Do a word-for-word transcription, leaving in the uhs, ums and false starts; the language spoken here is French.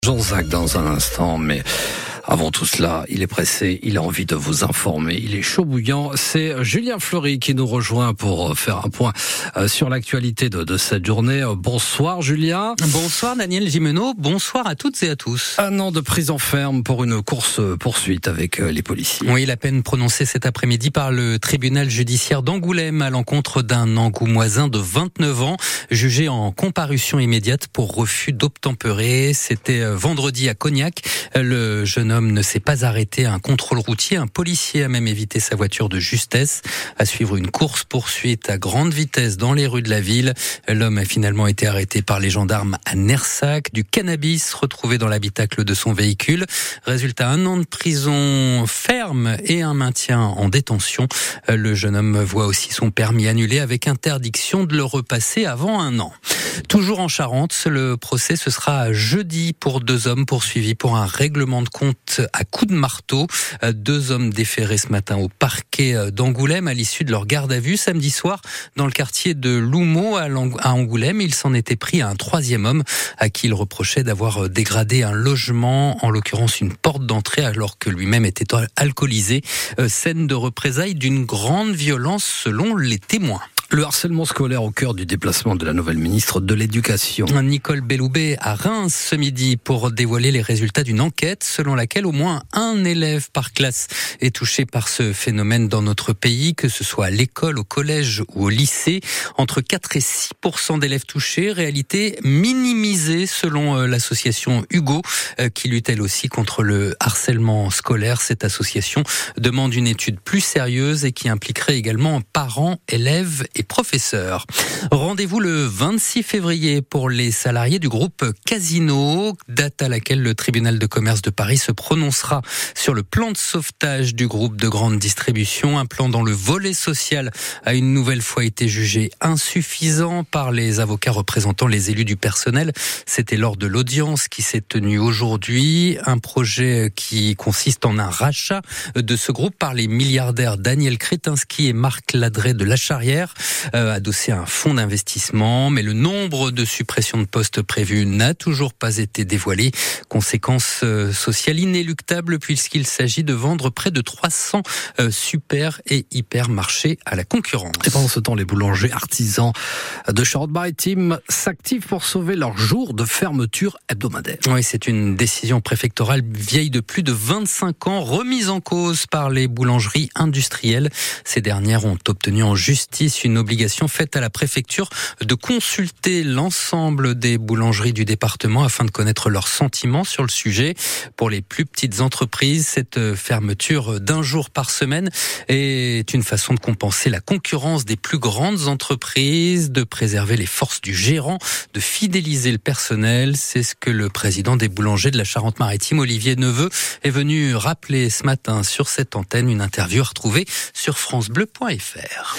Jean-Jacques dans un instant, mais avant tout cela, il est pressé, il a envie de vous informer, il est chaud bouillant. C'est Julien Fleury qui nous rejoint pour faire un point sur l'actualité de, de cette journée. Bonsoir Julien. Bonsoir Daniel Gimeno, bonsoir à toutes et à tous. Un an de prison ferme pour une course-poursuite avec les policiers. Oui, la peine prononcée cet après-midi par le tribunal judiciaire d'Angoulême à l'encontre d'un Angoumoisin de vingt-neuf ans, jugé en comparution immédiate pour refus d'obtempérer. C'était vendredi à Cognac. Le jeune homme ne s'est pas arrêté à un contrôle routier. Un policier a même évité sa voiture de justesse. À suivre une course-poursuite à grande vitesse dans les rues de la ville. L'homme a finalement été arrêté par les gendarmes à Nersac. Du cannabis retrouvé dans l'habitacle de son véhicule. Résultat, un an de prison ferme et un maintien en détention. Le jeune homme voit aussi son permis annulé avec interdiction de le repasser avant un an. Toujours en Charente, le procès ce sera jeudi pour deux hommes poursuivis pour un règlement de compte à coups de marteau. Deux hommes déférés ce matin au parquet d'Angoulême à l'issue de leur garde à vue samedi soir dans le quartier de Loumeau à Angoulême. Il s'en était pris à un troisième homme à qui il reprochait d'avoir dégradé un logement, en l'occurrence une porte d'entrée alors que lui-même était alcoolisé. Scène de représailles d'une grande violence selon les témoins. Le harcèlement scolaire au cœur du déplacement de la nouvelle ministre de l'Éducation. Nicole Belloubet à Reims ce midi pour dévoiler les résultats d'une enquête selon laquelle au moins un élève par classe est touché par ce phénomène dans notre pays, que ce soit à l'école, au collège ou au lycée. Entre quatre et six pour cent d'élèves touchés, réalité minimisée selon l'association Hugo, qui lutte elle aussi contre le harcèlement scolaire. Cette association demande une étude plus sérieuse et qui impliquerait également parents, élèves et professeurs. Rendez-vous le vingt-six février pour les salariés du groupe Casino, date à laquelle le tribunal de commerce de Paris se prononcera sur le plan de sauvetage du groupe de grande distribution, un plan dont le volet social a une nouvelle fois été jugé insuffisant par les avocats représentant les élus du personnel. C'était lors de l'audience qui s'est tenue aujourd'hui, un projet qui consiste en un rachat de ce groupe par les milliardaires Daniel Kretinsky et Marc Ladré de La Charrière, euh, adossé à un fonds d'investissement, mais le nombre de suppressions de postes prévues n'a toujours pas été dévoilé. Conséquence euh, sociale inéluctable puisqu'il s'agit de vendre près de trois cents euh, super et hypermarchés à la concurrence. Et pendant ce temps, les boulangers artisans de Charente-Maritime s'activent pour sauver leur jour de fermeture hebdomadaire. Oui, c'est une décision préfectorale vieille de plus de vingt-cinq ans, remise en cause par les boulangeries industrielles. Ces dernières ont obtenu en justice une obligation faite à la préfecture de consulter l'ensemble des boulangeries du département afin de connaître leurs sentiments sur le sujet. Pour les plus petites entreprises, cette fermeture d'un jour par semaine est une façon de compenser la concurrence des plus grandes entreprises, de préserver les forces du gérant, de fidéliser le personnel. C'est ce que le président des boulangers de la Charente-Maritime, Olivier Neveu, est venu rappeler ce matin sur cette antenne. Une interview à retrouver sur francebleu point fr.